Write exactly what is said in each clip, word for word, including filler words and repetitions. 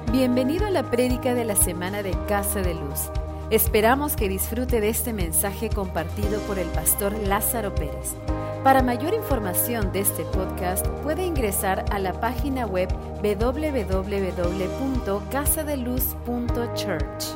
Bienvenido a la prédica de la semana de Casa de Luz. Esperamos que disfrute de este mensaje compartido por el pastor Lázaro Pérez. Para mayor información de este podcast, puede ingresar a la página web doble u doble u doble u punto casa de luz punto church.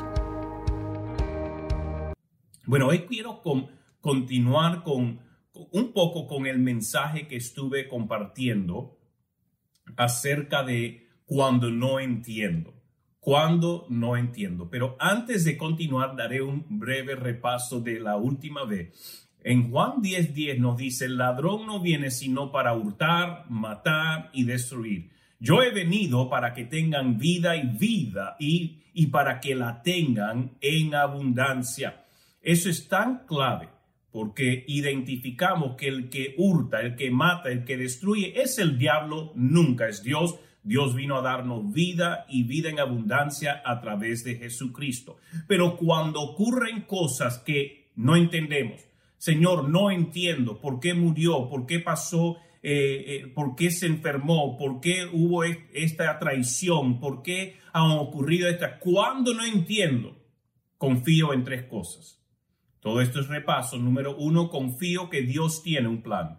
Bueno, hoy quiero con, continuar con, con un poco con el mensaje que estuve compartiendo acerca de cuando no entiendo, cuando no entiendo. Pero antes de continuar, daré un breve repaso de la última vez. En Juan diez diez nos dice, el ladrón no viene sino para hurtar, matar y destruir. Yo he venido para que tengan vida y vida y, y para que la tengan en abundancia. Eso es tan clave porque identificamos que el que hurta, el que mata, el que destruye es el diablo, nunca es Dios. Dios vino a darnos vida y vida en abundancia a través de Jesucristo. Pero cuando ocurren cosas que no entendemos, Señor, no entiendo por qué murió, por qué pasó, eh, eh, por qué se enfermó, por qué hubo esta traición, por qué han ocurrido estas. Cuando no entiendo, confío en tres cosas. Todo esto es repaso. Número uno, confío que Dios tiene un plan.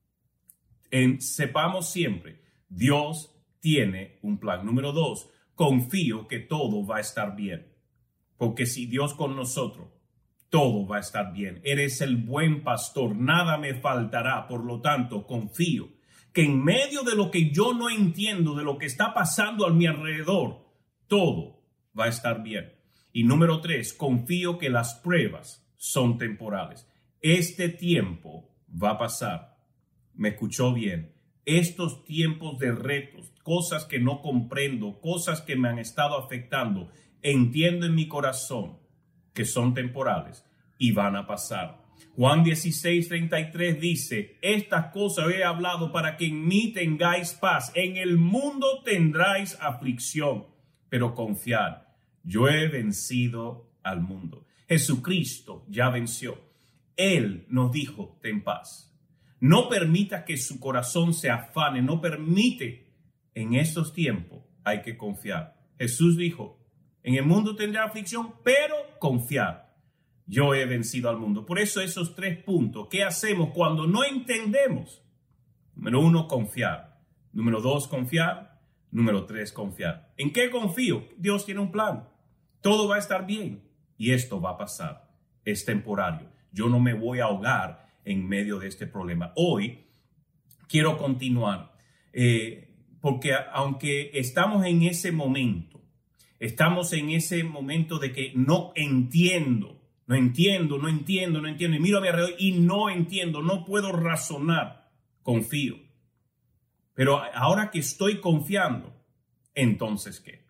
En, sepamos siempre, Dios tiene un plan. Número dos, confío que todo va a estar bien. Porque si Dios con nosotros, todo va a estar bien. Eres el buen pastor, nada me faltará. Por lo tanto, confío que en medio de lo que yo no entiendo, de lo que está pasando a mi alrededor, todo va a estar bien. Y número tres, confío que las pruebas son temporales. Este tiempo va a pasar. ¿Me escuchó bien? Estos tiempos de retos, cosas que no comprendo, cosas que me han estado afectando, entiendo en mi corazón que son temporales y van a pasar. Juan dieciséis treinta y tres dice, estas cosas he hablado para que en mí tengáis paz. En el mundo tendráis aflicción, pero confiad, yo he vencido al mundo. Jesucristo ya venció. Él nos dijo, ten paz. No permita que su corazón se afane, no permite. En estos tiempos hay que confiar. Jesús dijo, en el mundo tendrá aflicción, pero confiad. Yo he vencido al mundo. Por eso esos tres puntos, ¿qué hacemos cuando no entendemos? Número uno, confiar. Número dos, confiar. Número tres, confiar. ¿En qué confío? Dios tiene un plan. Todo va a estar bien y esto va a pasar. Es temporario. Yo no me voy a ahogar en medio de este problema. Hoy quiero continuar eh, porque aunque estamos en ese momento, estamos en ese momento de que no entiendo, no entiendo, no entiendo, no entiendo, y miro a mi alrededor y no entiendo, no puedo razonar, confío. Pero ahora que estoy confiando, ¿entonces qué?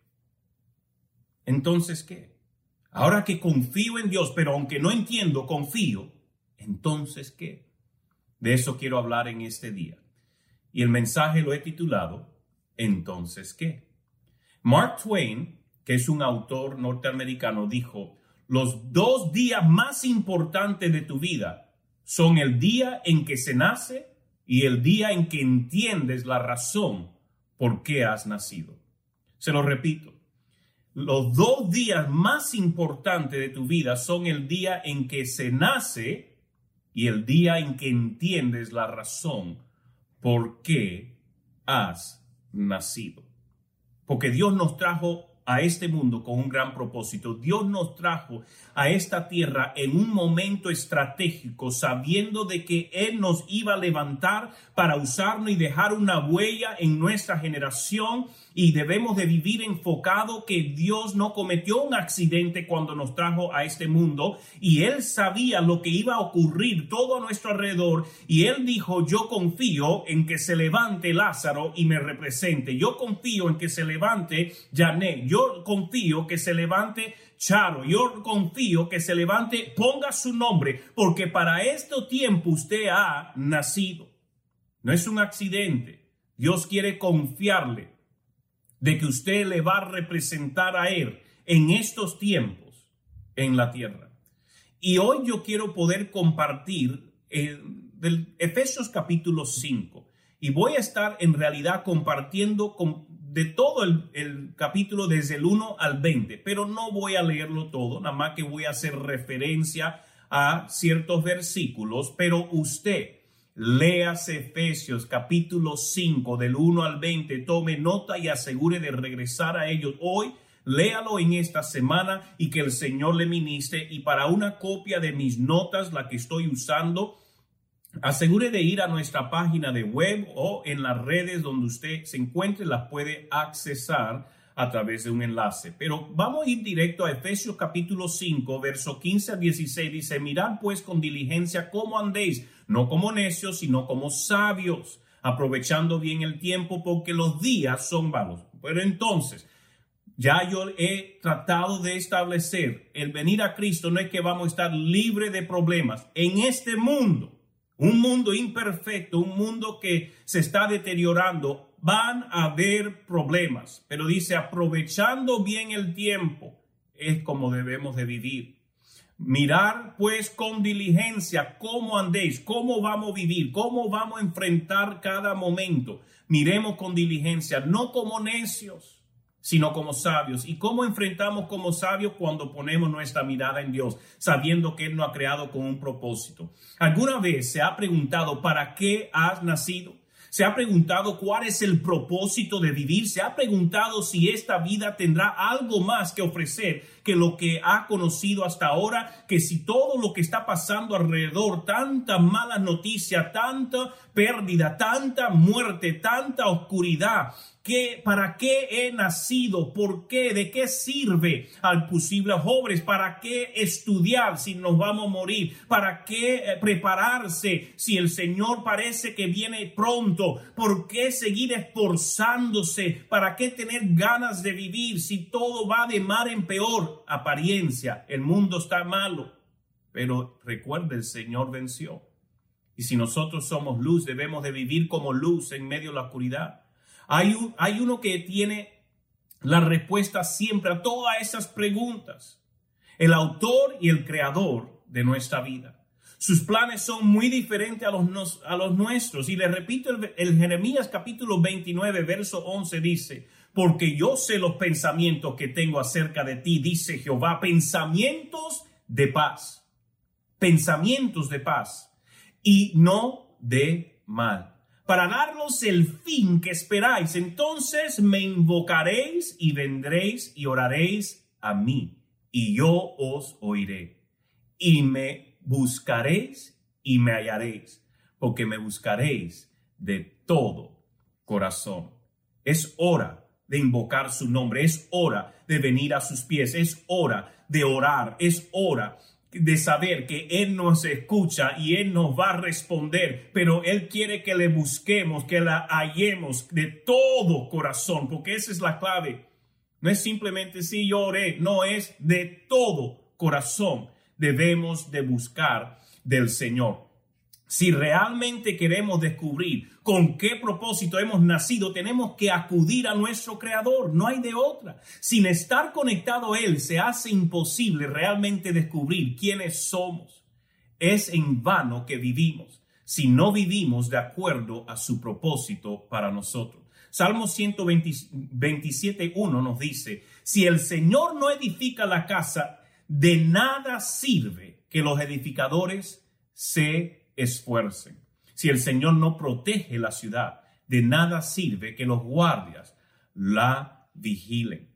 ¿Entonces qué? Ahora que confío en Dios, pero aunque no entiendo, confío, ¿entonces qué? De eso quiero hablar en este día. Y el mensaje lo he titulado, ¿entonces qué? Mark Twain, que es un autor norteamericano, dijo, los dos días más importantes de tu vida son el día en que se nace y el día en que entiendes la razón por qué has nacido. Se lo repito. Los dos días más importantes de tu vida son el día en que se nace y el día en que entiendes la razón por qué has nacido. Porque Dios nos trajo a este mundo con un gran propósito. Dios nos trajo a esta tierra en un momento estratégico, sabiendo de que Él nos iba a levantar para usarnos y dejar una huella en nuestra generación. Y debemos de vivir enfocado que Dios no cometió un accidente cuando nos trajo a este mundo. Y Él sabía lo que iba a ocurrir todo a nuestro alrededor. Y Él dijo, yo confío en que se levante Lázaro y me represente. Yo confío en que se levante Janet. Yo confío que se levante Charo. Yo confío que se levante, ponga su nombre. Porque para este tiempo usted ha nacido. No es un accidente. Dios quiere confiarle de que usted le va a representar a Él en estos tiempos en la tierra. Y hoy yo quiero poder compartir eh, del Efesios capítulo cinco. Y voy a estar en realidad compartiendo con de todo el, el capítulo desde el uno al veinte, pero no voy a leerlo todo, nada más que voy a hacer referencia a ciertos versículos, pero usted léase Efesios capítulo cinco del uno al veinte, tome nota y asegure de regresar a ellos hoy. Léalo en esta semana y que el Señor le ministre. Y para una copia de mis notas, la que estoy usando, asegure de ir a nuestra página de web o en las redes donde usted se encuentre, las puede accesar a través de un enlace. Pero vamos a ir directo a Efesios capítulo cinco, verso quince a dieciséis. Dice: mirad pues con diligencia cómo andéis, no como necios, sino como sabios, aprovechando bien el tiempo, porque los días son malos. Pero entonces, ya yo he tratado de establecer, el venir a Cristo no es que vamos a estar libres de problemas. En este mundo, un mundo imperfecto, un mundo que se está deteriorando, van a haber problemas. Pero dice, aprovechando bien el tiempo, es como debemos de vivir. Mirar pues con diligencia cómo andéis, cómo vamos a vivir, cómo vamos a enfrentar cada momento. Miremos con diligencia, no como necios, sino como sabios. ¿Y cómo enfrentamos como sabios? Cuando ponemos nuestra mirada en Dios, sabiendo que Él nos ha creado con un propósito. ¿Alguna vez se ha preguntado para qué has nacido? ¿Se ha preguntado cuál es el propósito de vivir? ¿Se ha preguntado si esta vida tendrá algo más que ofrecer que lo que ha conocido hasta ahora? Que si todo lo que está pasando alrededor, tanta mala noticia, tanta pérdida, tanta muerte, tanta oscuridad, ¿qué, ¿para qué he nacido? ¿Por qué? ¿De qué sirve al posible jóvenes? ¿Para qué estudiar si nos vamos a morir? ¿Para qué prepararse si el Señor parece que viene pronto? ¿Por qué seguir esforzándose? ¿Para qué tener ganas de vivir si todo va de mal en peor? Apariencia, el mundo está malo, pero recuerda, el Señor venció. Y si nosotros somos luz, debemos de vivir como luz en medio de la oscuridad. Hay, un, hay uno que tiene la respuesta siempre a todas esas preguntas. El autor y el creador de nuestra vida. Sus planes son muy diferentes a los, a los nuestros. Y le repito, el, el Jeremías capítulo veintinueve, verso once dice: porque yo sé los pensamientos que tengo acerca de ti, dice Jehová, pensamientos de paz. Pensamientos de paz y no de mal, para daros el fin que esperáis. Entonces me invocaréis y vendréis y oraréis a mí, y yo os oiré. Y me buscaréis y me hallaréis, porque me buscaréis de todo corazón. Es hora de invocar su nombre, es hora de venir a sus pies, es hora de orar, es hora de saber que Él nos escucha y Él nos va a responder, pero Él quiere que le busquemos, que la hallemos de todo corazón, porque esa es la clave. No es simplemente si yo oré, no, es de todo corazón debemos de buscar del Señor. Si realmente queremos descubrir con qué propósito hemos nacido, tenemos que acudir a nuestro Creador. No hay de otra. Sin estar conectado a Él, se hace imposible realmente descubrir quiénes somos. Es en vano que vivimos si no vivimos de acuerdo a su propósito para nosotros. Salmo ciento veintisiete, uno nos dice: si el Señor no edifica la casa, de nada sirve que los edificadores se esfuercen. Si el Señor no protege la ciudad, de nada sirve que los guardias la vigilen.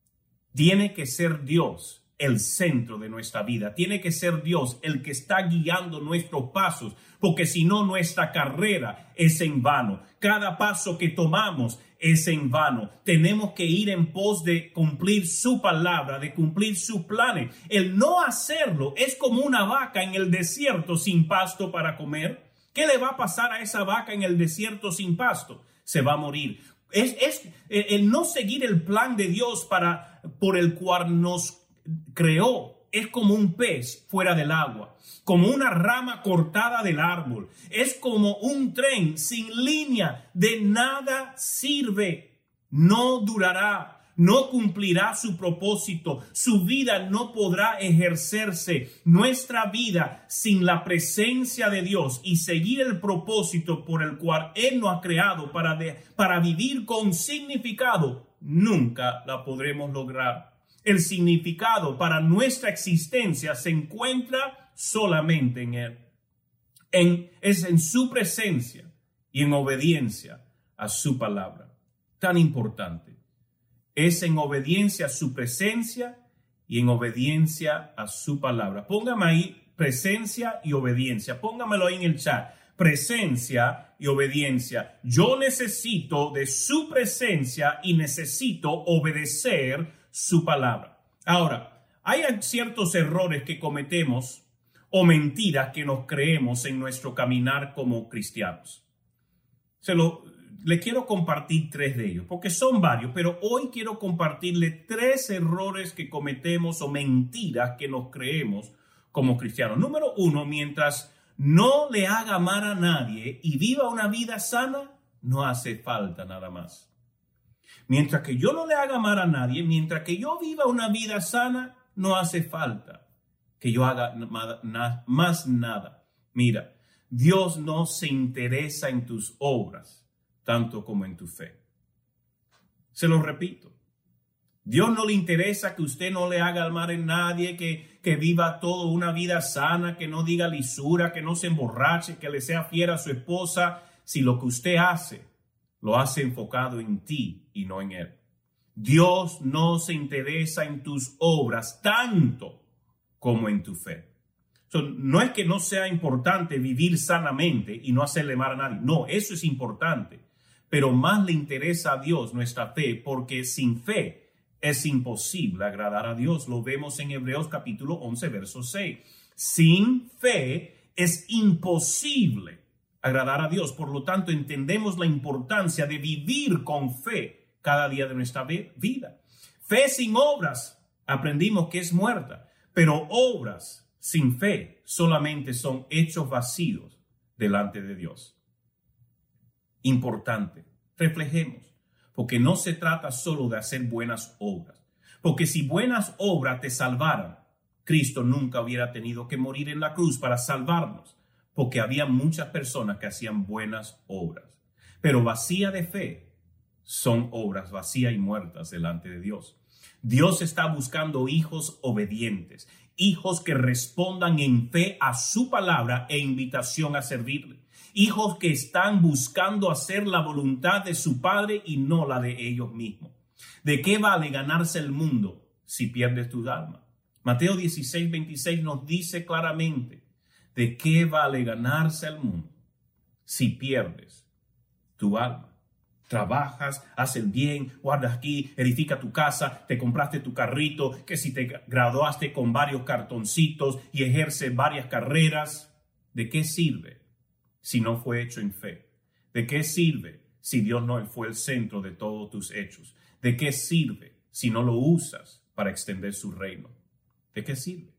Tiene que ser Dios el centro de nuestra vida. Tiene que ser Dios el que está guiando nuestros pasos, porque si no, nuestra carrera es en vano. Cada paso que tomamos es en vano. Tenemos que ir en pos de cumplir su palabra, de cumplir sus planes. El no hacerlo es como una vaca en el desierto sin pasto para comer. ¿Qué le va a pasar a esa vaca en el desierto sin pasto? Se va a morir. Es, es el no seguir el plan de Dios para, por el cual nos creó. Es como un pez fuera del agua, como una rama cortada del árbol. Es como un tren sin línea. De nada sirve. No durará. no cumplirá su propósito. Su vida no podrá ejercerse. Nuestra vida sin la presencia de Dios y seguir el propósito por el cual Él nos ha creado para, de, para vivir con significado, nunca la podremos lograr. El significado para nuestra existencia se encuentra solamente en Él. En, es en su presencia y en obediencia a su palabra. Tan importante. Es en obediencia a su presencia y en obediencia a su palabra. Póngame ahí presencia y obediencia. Póngamelo ahí en el chat. Presencia y obediencia. Yo necesito de su presencia y necesito obedecer su palabra. Ahora, hay ciertos errores que cometemos o mentiras que nos creemos en nuestro caminar como cristianos. Se lo, le quiero compartir tres de ellos, porque son varios, pero hoy quiero compartirle tres errores que cometemos o mentiras que nos creemos como cristianos. Número uno, mientras no le haga mal a nadie y viva una vida sana, no hace falta nada más. Mientras que yo no le haga mal a nadie, mientras que yo viva una vida sana, no hace falta que yo haga más nada. Mira, Dios no se interesa en tus obras, tanto como en tu fe. Se lo repito. Dios no le interesa que usted no le haga mal a nadie, que, que viva todo una vida sana, que no diga lisura, que no se emborrache, que le sea fiel a su esposa, si lo que usted hace lo hace enfocado en ti y no en Él. Dios no se interesa en tus obras tanto como en tu fe. So, no es que no sea importante vivir sanamente y no hacerle mal a nadie. No, eso es importante. Pero más le interesa a Dios nuestra fe, porque sin fe es imposible agradar a Dios. Lo vemos en Hebreos capítulo once, verso seis. Sin fe es imposible agradar a Dios. Por lo tanto, entendemos la importancia de vivir con fe cada día de nuestra vida. Fe sin obras, aprendimos que es muerta, pero obras sin fe solamente son hechos vacíos delante de Dios. Importante, reflejemos, porque no se trata solo de hacer buenas obras, porque si buenas obras te salvaran, Cristo nunca hubiera tenido que morir en la cruz para salvarnos, porque había muchas personas que hacían buenas obras, pero vacía de fe son obras vacías y muertas delante de Dios. Dios está buscando hijos obedientes, hijos que respondan en fe a su palabra e invitación a servirle, hijos que están buscando hacer la voluntad de su Padre y no la de ellos mismos. ¿De qué vale ganarse el mundo si pierdes tu alma? Mateo dieciséis, veintiséis nos dice claramente: ¿de qué vale ganarse el mundo si pierdes tu alma? Trabajas, haces el bien, guardas aquí, edifica tu casa, te compraste tu carrito, que si te graduaste con varios cartoncitos y ejerces varias carreras, ¿de qué sirve si no fue hecho en fe? ¿De qué sirve si Dios no fue el centro de todos tus hechos? ¿De qué sirve si no lo usas para extender su reino? ¿De qué sirve?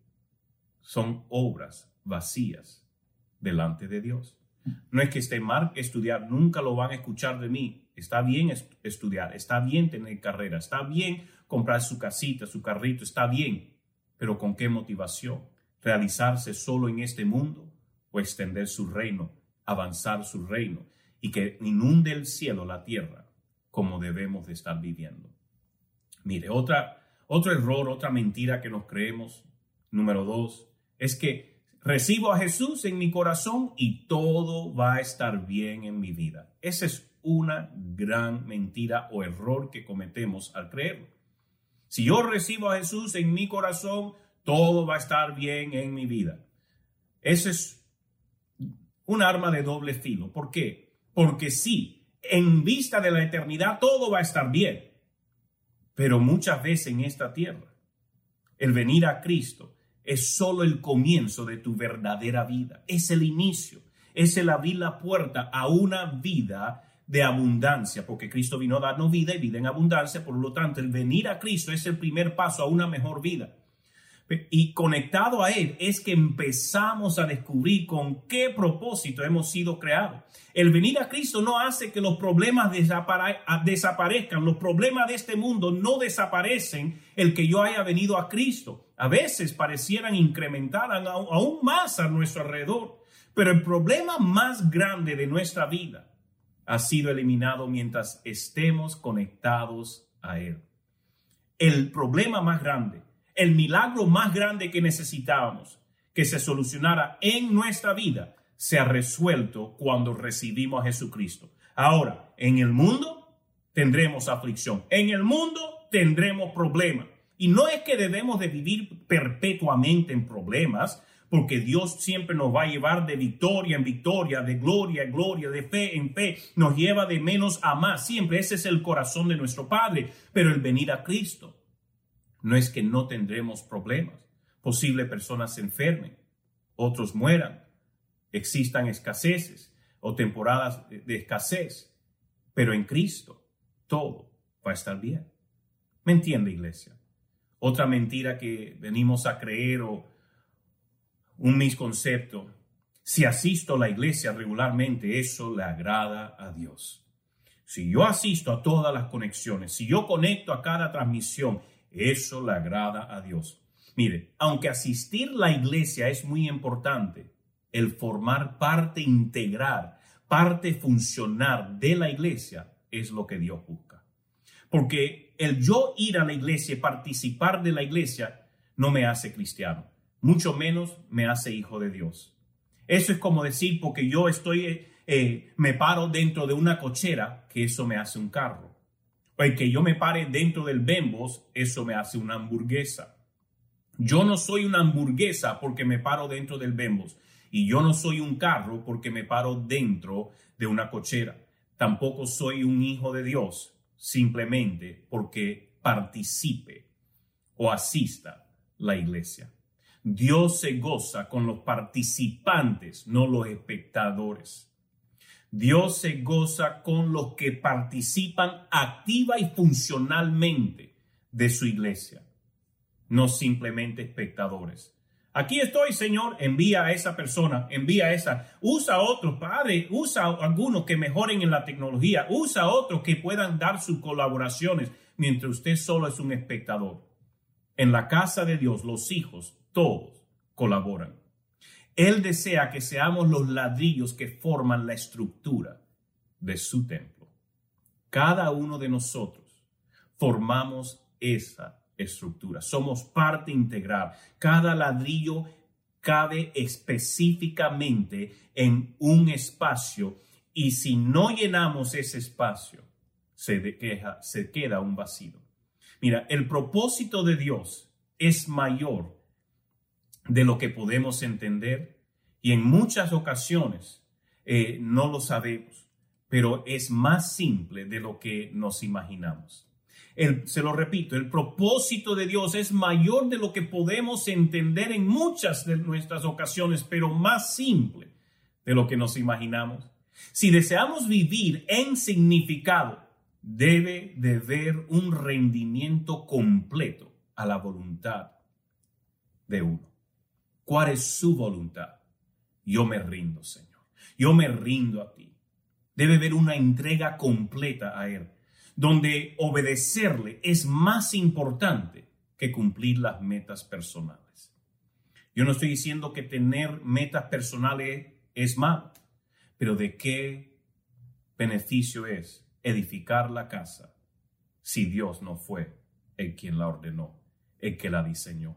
Son obras vacías delante de Dios. No es que esté mal estudiar, nunca lo van a escuchar de mí. Está bien estudiar, está bien tener carrera, está bien comprar su casita, su carrito, está bien. Pero ¿con qué motivación? ¿Realizarse solo en este mundo o extender su reino, avanzar su reino y que inunde el cielo, la tierra, como debemos de estar viviendo? Mire, otra, otro error, otra mentira que nos creemos, número dos, es que recibo a Jesús en mi corazón y todo va a estar bien en mi vida. Esa es una gran mentira o error que cometemos al creerlo. Si yo recibo a Jesús en mi corazón, todo va a estar bien en mi vida. Ese es un arma de doble filo. ¿Por qué? Porque sí, en vista de la eternidad todo va a estar bien, pero muchas veces en esta tierra, el venir a Cristo es solo el comienzo de tu verdadera vida. Es el inicio, es el abrir la puerta a una vida de abundancia, porque Cristo vino a darnos vida y vida en abundancia. Por lo tanto, el venir a Cristo es el primer paso a una mejor vida. Y conectado a Él es que empezamos a descubrir con qué propósito hemos sido creados. El venir a Cristo no hace que los problemas desapare- desaparezcan. Los problemas de este mundo no desaparecen el que yo haya venido a Cristo. A veces parecieran incrementar aún más a nuestro alrededor. Pero el problema más grande de nuestra vida ha sido eliminado mientras estemos conectados a Él. El problema más grande, el milagro más grande que necesitábamos que se solucionara en nuestra vida, se ha resuelto cuando recibimos a Jesucristo. Ahora, en el mundo tendremos aflicción. En el mundo tendremos problemas. Y no es que debemos de vivir perpetuamente en problemas, porque Dios siempre nos va a llevar de victoria en victoria, de gloria en gloria, de fe en fe. Nos lleva de menos a más. Siempre ese es el corazón de nuestro Padre. Pero el venir a Cristo no es que no tendremos problemas. Posible personas se enfermen, otros mueran, existan escaseces o temporadas de escasez. Pero en Cristo todo va a estar bien. ¿Me entiende, iglesia? Otra mentira que venimos a creer o un misconcepto: si asisto a la iglesia regularmente, eso le agrada a Dios. Si yo asisto a todas las conexiones, si yo conecto a cada transmisión, eso le agrada a Dios. Mire, aunque asistir a la iglesia es muy importante, el formar parte integral, parte funcional de la iglesia es lo que Dios busca. Porque el yo ir a la iglesia y participar de la iglesia no me hace cristiano. Mucho menos me hace hijo de Dios. Eso es como decir, porque yo estoy, eh, me paro dentro de una cochera, que eso me hace un carro. O el que yo me pare dentro del Bembos, eso me hace una hamburguesa. Yo no soy una hamburguesa porque me paro dentro del Bembos. Y yo no soy un carro porque me paro dentro de una cochera. Tampoco soy un hijo de Dios simplemente porque participe o asista a la iglesia. Dios se goza con los participantes, no los espectadores. Dios se goza con los que participan activa y funcionalmente de su iglesia, no simplemente espectadores. Aquí estoy, Señor, envía a esa persona, envía a esa, usa a otros, Padre, usa a algunos que mejoren en la tecnología, usa a otros que puedan dar sus colaboraciones, mientras usted solo es un espectador. En la casa de Dios, los hijos, todos colaboran. Él desea que seamos los ladrillos que forman la estructura de su templo. Cada uno de nosotros formamos esa estructura. Somos parte integral. Cada ladrillo cabe específicamente en un espacio y si no llenamos ese espacio, se, deja, se queda un vacío. Mira, el propósito de Dios es mayor de lo que podemos entender y en muchas ocasiones eh, no lo sabemos, pero es más simple de lo que nos imaginamos. El, se lo repito, el propósito de Dios es mayor de lo que podemos entender en muchas de nuestras ocasiones, pero más simple de lo que nos imaginamos. Si deseamos vivir en significado, debe de haber un rendimiento completo a la voluntad de uno. ¿Cuál es su voluntad? Yo me rindo, Señor. Yo me rindo a ti. Debe haber una entrega completa a Él, donde obedecerle es más importante que cumplir las metas personales. Yo no estoy diciendo que tener metas personales es malo, pero ¿de qué beneficio es edificar la casa si Dios no fue el quien la ordenó, el que la diseñó?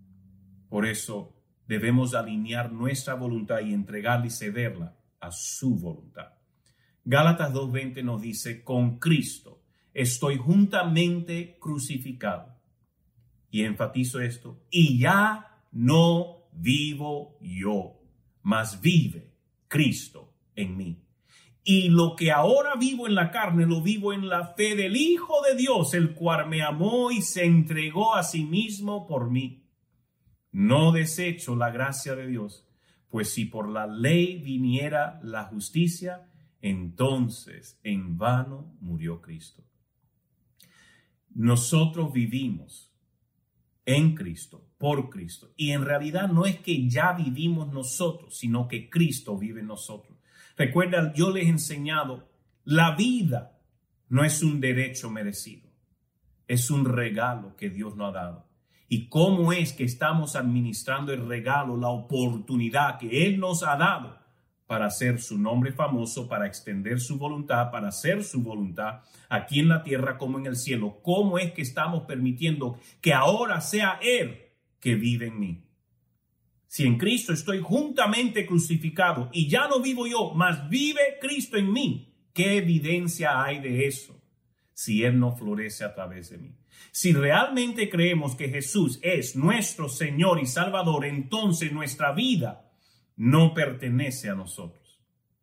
Por eso debemos alinear nuestra voluntad y entregarla y cederla a su voluntad. Gálatas dos veinte nos dice, con Cristo estoy juntamente crucificado. Y enfatizo esto, y ya no vivo yo, mas vive Cristo en mí. Y lo que ahora vivo en la carne, lo vivo en la fe del Hijo de Dios, el cual me amó y se entregó a sí mismo por mí. No desecho la gracia de Dios, pues si por la ley viniera la justicia, entonces en vano murió Cristo. Nosotros vivimos en Cristo, por Cristo. Y en realidad no es que ya vivimos nosotros, sino que Cristo vive en nosotros. Recuerda, yo les he enseñado, la vida no es un derecho merecido, es un regalo que Dios nos ha dado. Y cómo es que estamos administrando el regalo, la oportunidad que Él nos ha dado para hacer su nombre famoso, para extender su voluntad, para hacer su voluntad aquí en la tierra como en el cielo. ¿Cómo es que estamos permitiendo que ahora sea Él que vive en mí? Si en Cristo estoy juntamente crucificado y ya no vivo yo, mas vive Cristo en mí, ¿qué evidencia hay de eso si Él no florece a través de mí? Si realmente creemos que Jesús es nuestro Señor y Salvador, entonces nuestra vida no pertenece a nosotros.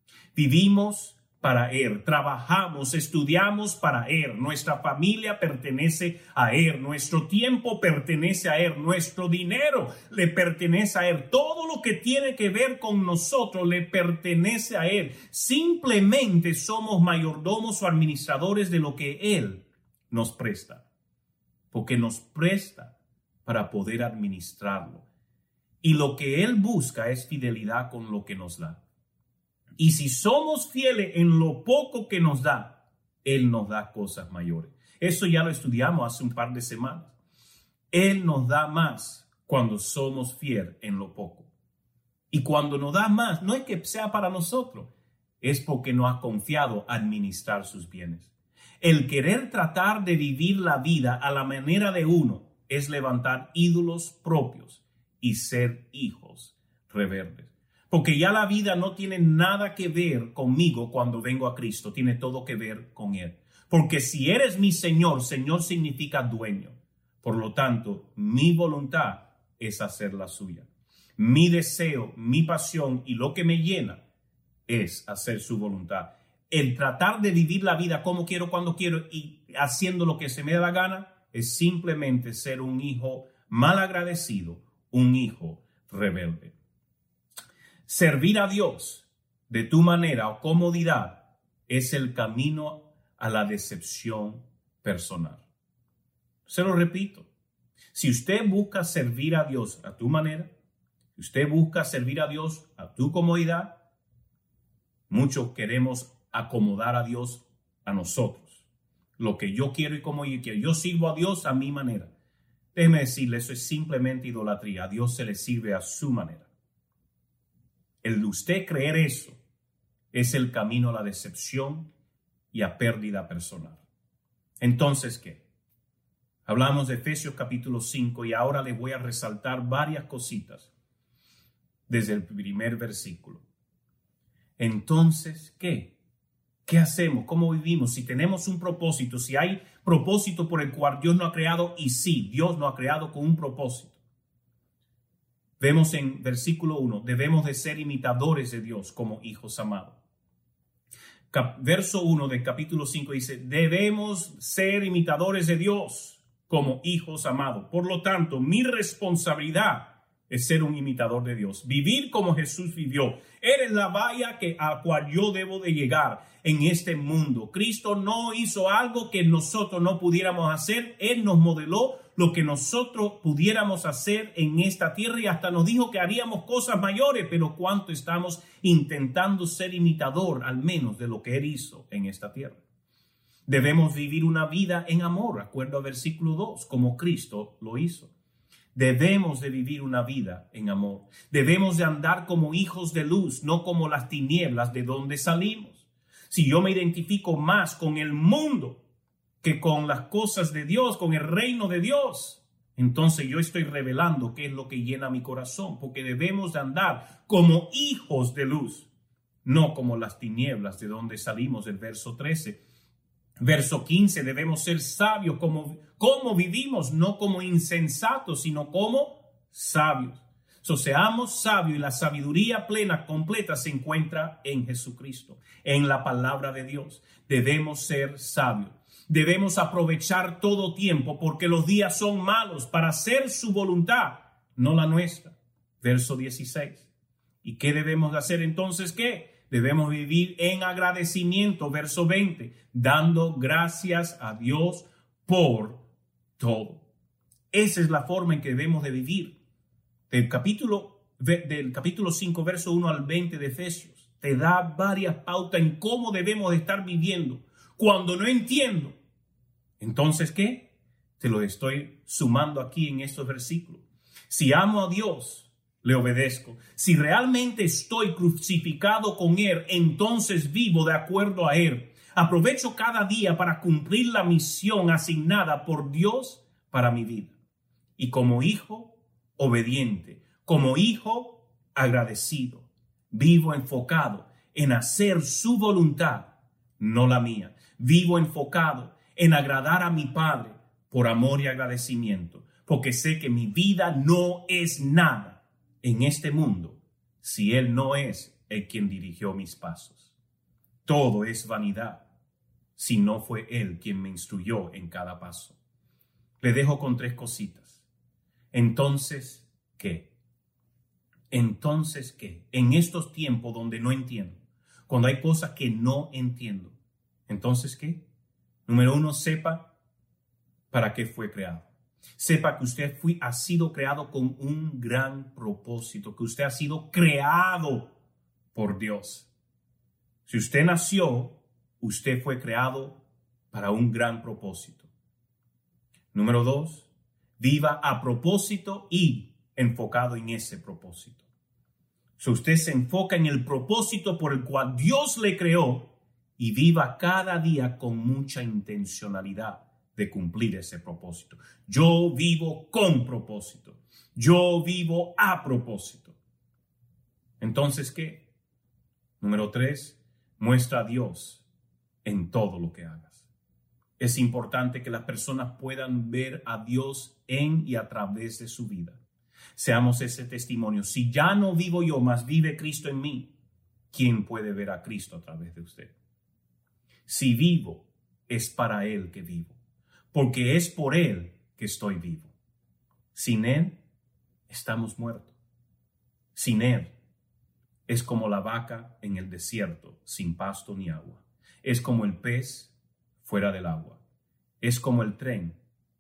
Vivimos para Él, trabajamos, estudiamos para Él, nuestra familia pertenece a Él, nuestro tiempo pertenece a Él, nuestro dinero le pertenece a Él, todo lo que tiene que ver con nosotros le pertenece a Él. Simplemente somos mayordomos o administradores de lo que Él nos presta, porque nos presta para poder administrarlo. Y lo que Él busca es fidelidad con lo que nos da. Y si somos fieles en lo poco que nos da, Él nos da cosas mayores. Eso ya lo estudiamos hace un par de semanas. Él nos da más cuando somos fieles en lo poco. Y cuando nos da más, no es que sea para nosotros, es porque nos ha confiado administrar sus bienes. El querer tratar de vivir la vida a la manera de uno es levantar ídolos propios y ser hijos rebeldes. Porque ya la vida no tiene nada que ver conmigo cuando vengo a Cristo, tiene todo que ver con Él. Porque si eres mi Señor, Señor significa dueño. Por lo tanto, mi voluntad es hacer la suya. Mi deseo, mi pasión y lo que me llena es hacer su voluntad. El tratar de vivir la vida como quiero, cuando quiero y haciendo lo que se me da la gana es simplemente ser un hijo mal agradecido, un hijo rebelde. Servir a Dios de tu manera o comodidad es el camino a la decepción personal. Se lo repito. Si usted busca servir a Dios a tu manera, si usted busca servir a Dios a tu comodidad, muchos queremos acomodar a Dios a nosotros. Lo que yo quiero y como yo quiero. Yo sirvo a Dios a mi manera. Déjeme decirle, eso es simplemente idolatría. A Dios se le sirve a su manera. El de usted creer eso es el camino a la decepción y a pérdida personal. Entonces, ¿qué? Hablamos de Efesios capítulo cinco y ahora les voy a resaltar varias cositas desde el primer versículo. Entonces, ¿qué? ¿Qué hacemos? ¿Cómo vivimos? Si tenemos un propósito, si hay propósito por el cual Dios nos ha creado, y sí, Dios nos ha creado con un propósito. Vemos en versículo uno, debemos de ser imitadores de Dios como hijos amados. Cap- verso uno del capítulo cinco dice, debemos ser imitadores de Dios como hijos amados. Por lo tanto, mi responsabilidad es ser un imitador de Dios, vivir como Jesús vivió. Eres la valla que, a cual yo debo de llegar en este mundo. Cristo no hizo algo que nosotros no pudiéramos hacer. Él nos modeló lo que nosotros pudiéramos hacer en esta tierra y hasta nos dijo que haríamos cosas mayores, pero cuánto estamos intentando ser imitador al menos de lo que Él hizo en esta tierra. Debemos vivir una vida en amor, acuerdo al versículo dos, como Cristo lo hizo. Debemos de vivir una vida en amor. Debemos de andar como hijos de luz, no como las tinieblas de donde salimos. Si yo me identifico más con el mundo que con las cosas de Dios, con el reino de Dios, entonces yo estoy revelando qué es lo que llena mi corazón, porque debemos de andar como hijos de luz, no como las tinieblas de donde salimos, el verso trece. Verso quince, debemos ser sabios como, como vivimos, no como insensatos, sino como sabios. So, seamos sabios y la sabiduría plena, completa, se encuentra en Jesucristo, en la palabra de Dios. Debemos ser sabios. Debemos aprovechar todo tiempo porque los días son malos para hacer su voluntad, no la nuestra. Verso dieciséis. ¿Y qué debemos de hacer entonces? ¿Qué? Debemos vivir en agradecimiento. Verso veinte. Dando gracias a Dios por todo. Esa es la forma en que debemos de vivir. Del capítulo, del capítulo cinco, verso uno al veinte de Efesios, te da varias pautas en cómo debemos de estar viviendo. Cuando no entiendo, entonces, ¿qué? Te lo estoy sumando aquí en estos versículos. Si amo a Dios, le obedezco. Si realmente estoy crucificado con Él, entonces vivo de acuerdo a Él. Aprovecho cada día para cumplir la misión asignada por Dios para mi vida. Y como hijo obediente, como hijo agradecido, vivo enfocado en hacer su voluntad, no la mía. Vivo enfocado en agradar a mi Padre por amor y agradecimiento, porque sé que mi vida no es nada en este mundo si Él no es el quien dirigió mis pasos. Todo es vanidad si no fue Él quien me instruyó en cada paso. Le dejo con tres cositas. Entonces, ¿qué? Entonces, ¿qué? En estos tiempos donde no entiendo, cuando hay cosas que no entiendo, entonces, ¿qué? Número uno, sepa para qué fue creado. Sepa que usted fue, ha sido creado con un gran propósito, que usted ha sido creado por Dios. Si usted nació, usted fue creado para un gran propósito. Número dos, viva a propósito y enfocado en ese propósito. Si usted se enfoca en el propósito por el cual Dios le creó y viva cada día con mucha intencionalidad de cumplir ese propósito. Yo vivo con propósito. Yo vivo a propósito. Entonces, ¿qué? Número tres, muestra a Dios en todo lo que hagas. Es importante que las personas puedan ver a Dios en y a través de su vida. Seamos ese testimonio. Si ya no vivo yo, mas vive Cristo en mí, ¿quién puede ver a Cristo a través de usted? Si vivo, es para Él que vivo, porque es por Él que estoy vivo. Sin Él, estamos muertos. Sin Él, es como la vaca en el desierto, sin pasto ni agua. Es como el pez fuera del agua. Es como el tren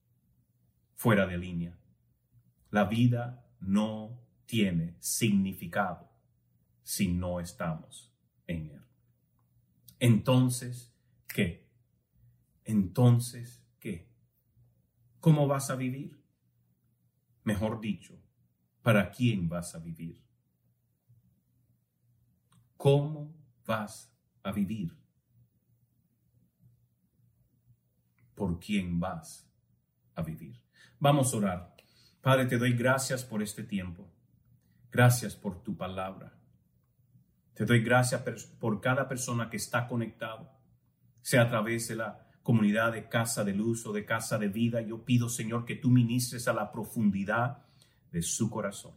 fuera de línea. La vida no tiene significado si no estamos en Él. Entonces, ¿qué? Entonces, ¿qué? ¿Cómo vas a vivir? Mejor dicho, ¿para quién vas a vivir? ¿Cómo vas a vivir? ¿Por quién vas a vivir? Vamos a orar. Padre, te doy gracias por este tiempo. Gracias por tu palabra. Te doy gracias por cada persona que está conectado, sea a través de la comunidad de Casa de Luz o de Casa de Vida. Yo pido, Señor, que tú ministres a la profundidad de su corazón.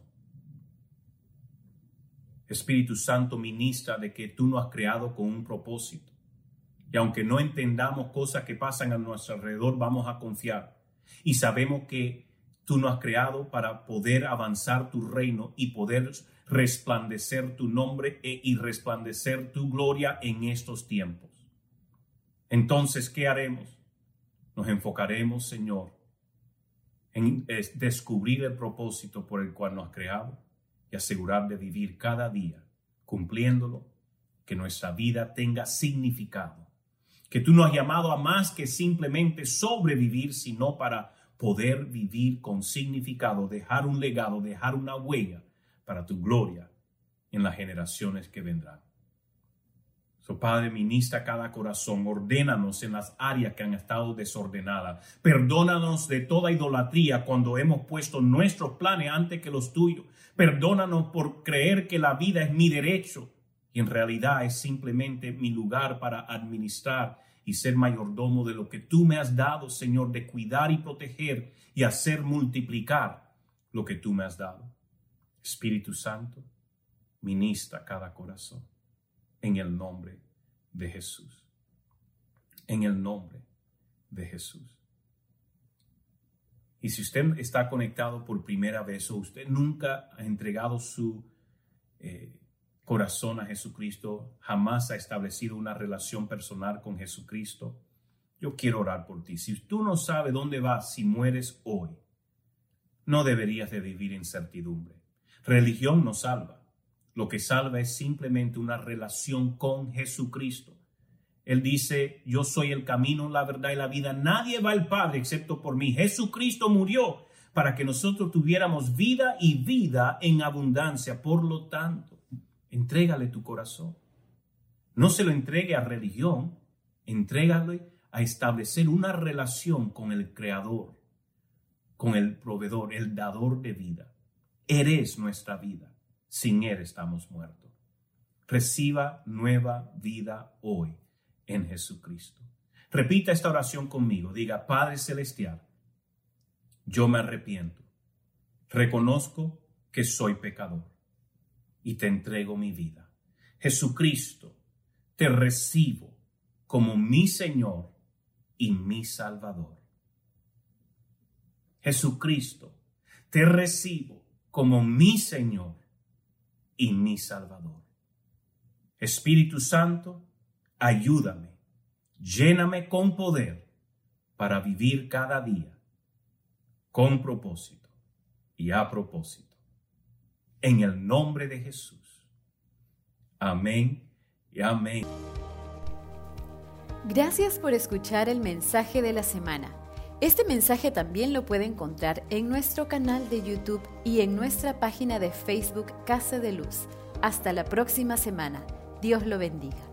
Espíritu Santo, ministra de que tú nos has creado con un propósito. Y aunque no entendamos cosas que pasan a nuestro alrededor, vamos a confiar. Y sabemos que tú nos has creado para poder avanzar tu reino y poder resplandecer tu nombre y resplandecer tu gloria en estos tiempos. Entonces, ¿qué haremos? Nos enfocaremos, Señor, en descubrir el propósito por el cual nos has creado y asegurar de vivir cada día cumpliéndolo, que nuestra vida tenga significado, que tú nos has llamado a más que simplemente sobrevivir, sino para poder vivir con significado, dejar un legado, dejar una huella para tu gloria en las generaciones que vendrán. So, Padre, ministra cada corazón, ordénanos en las áreas que han estado desordenadas. Perdónanos de toda idolatría cuando hemos puesto nuestros planes antes que los tuyos. Perdónanos por creer que la vida es mi derecho y en realidad es simplemente mi lugar para administrar y ser mayordomo de lo que tú me has dado, Señor, de cuidar y proteger y hacer multiplicar lo que tú me has dado. Espíritu Santo, ministra cada corazón. En el nombre de Jesús. En el nombre de Jesús. Y si usted está conectado por primera vez o usted nunca ha entregado su eh, corazón a Jesucristo, jamás ha establecido una relación personal con Jesucristo, yo quiero orar por ti. Si tú no sabes dónde vas si mueres hoy, no deberías de vivir en certidumbre. Religión no salva. Lo que salva es simplemente una relación con Jesucristo. Él dice, yo soy el camino, la verdad y la vida. Nadie va al Padre excepto por mí. Jesucristo murió para que nosotros tuviéramos vida y vida en abundancia. Por lo tanto, entrégale tu corazón. No se lo entregue a religión, entrégale a establecer una relación con el Creador, con el proveedor, el dador de vida. Eres nuestra vida. Sin Él estamos muertos. Reciba nueva vida hoy en Jesucristo. Repita esta oración conmigo. Diga, Padre Celestial, yo me arrepiento. Reconozco que soy pecador y te entrego mi vida. Jesucristo, te recibo como mi Señor y mi Salvador. Jesucristo, te recibo como mi Señor y mi Salvador. Espíritu Santo, ayúdame, lléname con poder para vivir cada día con propósito y a propósito. En el nombre de Jesús. Amén y amén. Gracias por escuchar el mensaje de la semana. Este mensaje también lo puede encontrar en nuestro canal de YouTube y en nuestra página de Facebook Casa de Luz. Hasta la próxima semana. Dios lo bendiga.